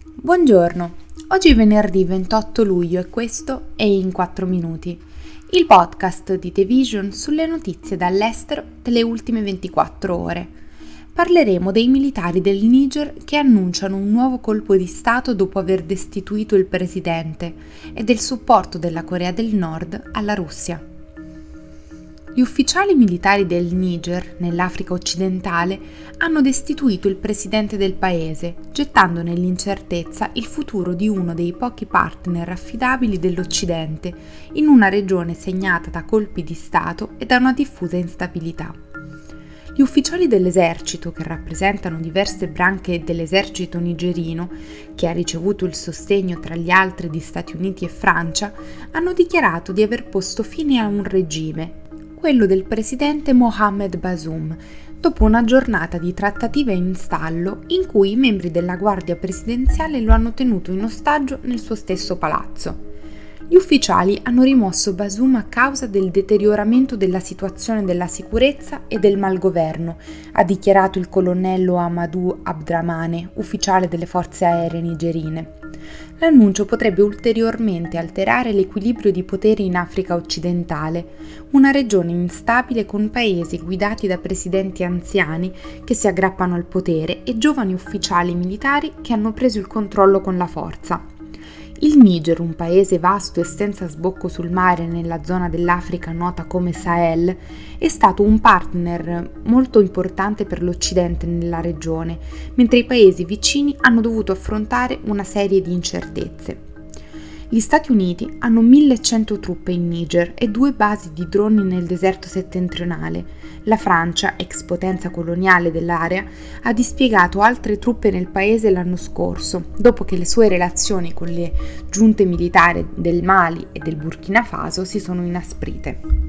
Buongiorno, oggi è venerdì 28 luglio e questo è In 4 Minuti, il podcast di The Vision sulle notizie dall'estero delle ultime 24 ore. Parleremo dei militari del Niger che annunciano un nuovo colpo di Stato dopo aver destituito il presidente e del supporto della Corea del Nord alla Russia. Gli ufficiali militari del Niger, nell'Africa occidentale, hanno destituito il presidente del paese, gettando nell'incertezza il futuro di uno dei pochi partner affidabili dell'Occidente, in una regione segnata da colpi di Stato e da una diffusa instabilità. Gli ufficiali dell'esercito, che rappresentano diverse branche dell'esercito nigerino, che ha ricevuto il sostegno tra gli altri di Stati Uniti e Francia, hanno dichiarato di aver posto fine a un regime, quello del presidente Mohamed Bazoum, dopo una giornata di trattative in stallo in cui i membri della guardia presidenziale lo hanno tenuto in ostaggio nel suo stesso palazzo. Gli ufficiali hanno rimosso Bazoum a causa del deterioramento della situazione della sicurezza e del malgoverno, ha dichiarato il colonnello Amadou Abdramane, ufficiale delle forze aeree nigerine. L'annuncio potrebbe ulteriormente alterare l'equilibrio di poteri in Africa occidentale, una regione instabile con paesi guidati da presidenti anziani che si aggrappano al potere e giovani ufficiali militari che hanno preso il controllo con la forza. Il Niger, un paese vasto e senza sbocco sul mare nella zona dell'Africa nota come Sahel, è stato un partner molto importante per l'Occidente nella regione, mentre i paesi vicini hanno dovuto affrontare una serie di incertezze. Gli Stati Uniti hanno 1100 truppe in Niger e 2 basi di droni nel deserto settentrionale. La Francia, ex potenza coloniale dell'area, ha dispiegato altre truppe nel paese l'anno scorso, dopo che le sue relazioni con le giunte militari del Mali e del Burkina Faso si sono inasprite.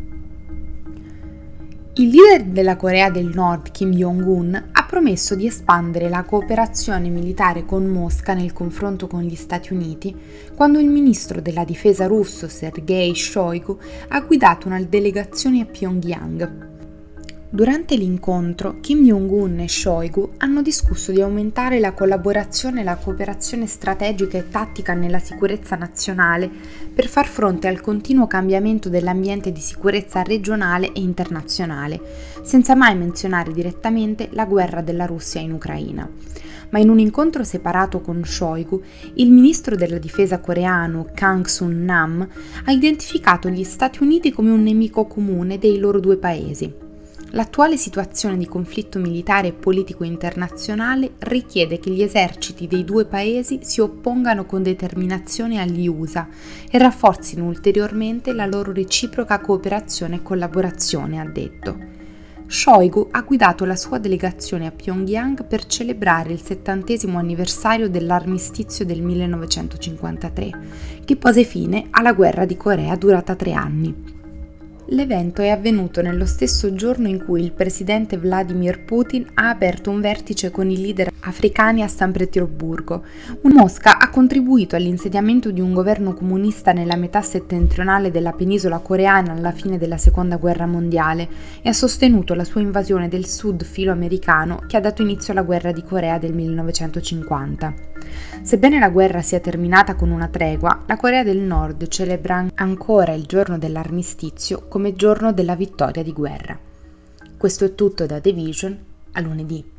Il leader della Corea del Nord, Kim Jong-un, ha promesso di espandere la cooperazione militare con Mosca nel confronto con gli Stati Uniti, quando il ministro della difesa russo Sergei Shoigu ha guidato una delegazione a Pyongyang. Durante l'incontro, Kim Jong-un e Shoigu hanno discusso di aumentare la collaborazione e la cooperazione strategica e tattica nella sicurezza nazionale per far fronte al continuo cambiamento dell'ambiente di sicurezza regionale e internazionale, senza mai menzionare direttamente la guerra della Russia in Ucraina. Ma in un incontro separato con Shoigu, il ministro della difesa coreano Kang Sun-nam ha identificato gli Stati Uniti come un nemico comune dei loro due paesi. L'attuale situazione di conflitto militare e politico internazionale richiede che gli eserciti dei due paesi si oppongano con determinazione agli USA e rafforzino ulteriormente la loro reciproca cooperazione e collaborazione, ha detto. Shoigu ha guidato la sua delegazione a Pyongyang per celebrare il 70° anniversario dell'armistizio del 1953, che pose fine alla guerra di Corea durata 3 anni. L'evento è avvenuto nello stesso giorno in cui il presidente Vladimir Putin ha aperto un vertice con i leader africani a San Pietroburgo. Mosca ha contribuito all'insediamento di un governo comunista nella metà settentrionale della penisola coreana alla fine della Seconda Guerra Mondiale e ha sostenuto la sua invasione del sud filo-americano che ha dato inizio alla guerra di Corea del 1950. Sebbene la guerra sia terminata con una tregua, la Corea del Nord celebra ancora il giorno dell'armistizio come giorno della vittoria di guerra. Questo è tutto da The Vision, a lunedì.